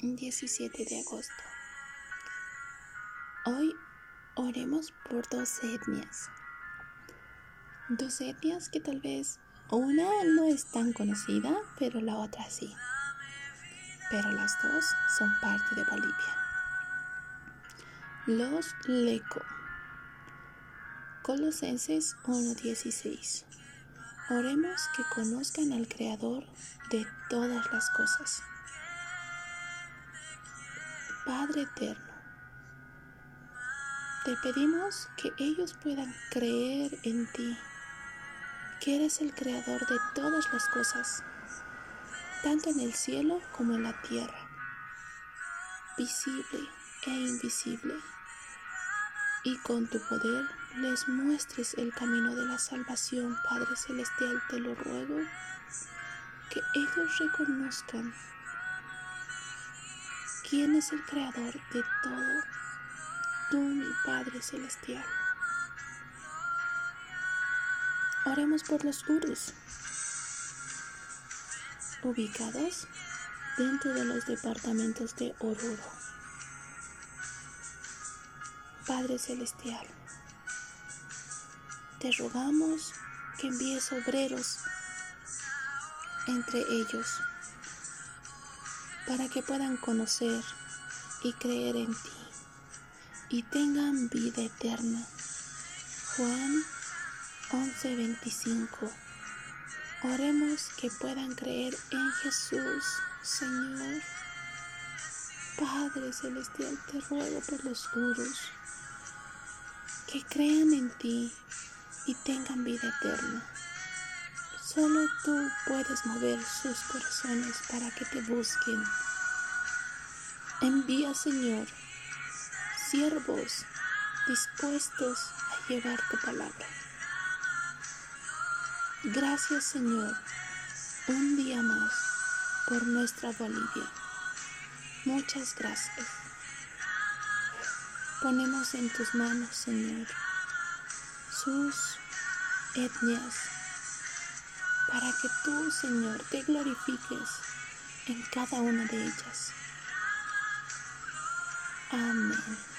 17 de agosto. Hoy oremos por dos etnias. Dos etnias que tal vez una no es tan conocida, pero la otra sí. Pero las dos son parte de Bolivia. Los Leco. Colosenses 1:16. Oremos que conozcan al Creador de todas las cosas. Padre eterno, te pedimos que ellos puedan creer en ti, que eres el creador de todas las cosas, tanto en el cielo como en la tierra, visible e invisible, y con tu poder les muestres el camino de la salvación. Padre Celestial, te lo ruego, que ellos reconozcan quién es el creador de todo, tú, mi Padre Celestial. Oremos por los urus, ubicados dentro de los departamentos de Oruro. Padre Celestial, te rogamos que envíes obreros entre ellos para que puedan conocer y creer en ti y tengan vida eterna. Juan 11:25. Oremos que puedan creer en Jesús, Señor. Padre Celestial, te ruego por los urus, que crean en ti y tengan vida eterna. Solo tú puedes mover sus corazones para que te busquen. Envía, Señor, siervos dispuestos a llevar tu palabra. Gracias, Señor, un día más por nuestra Bolivia. Muchas gracias. Ponemos en tus manos, Señor, sus etnias, para que tú, Señor, te glorifiques en cada una de ellas. Amén.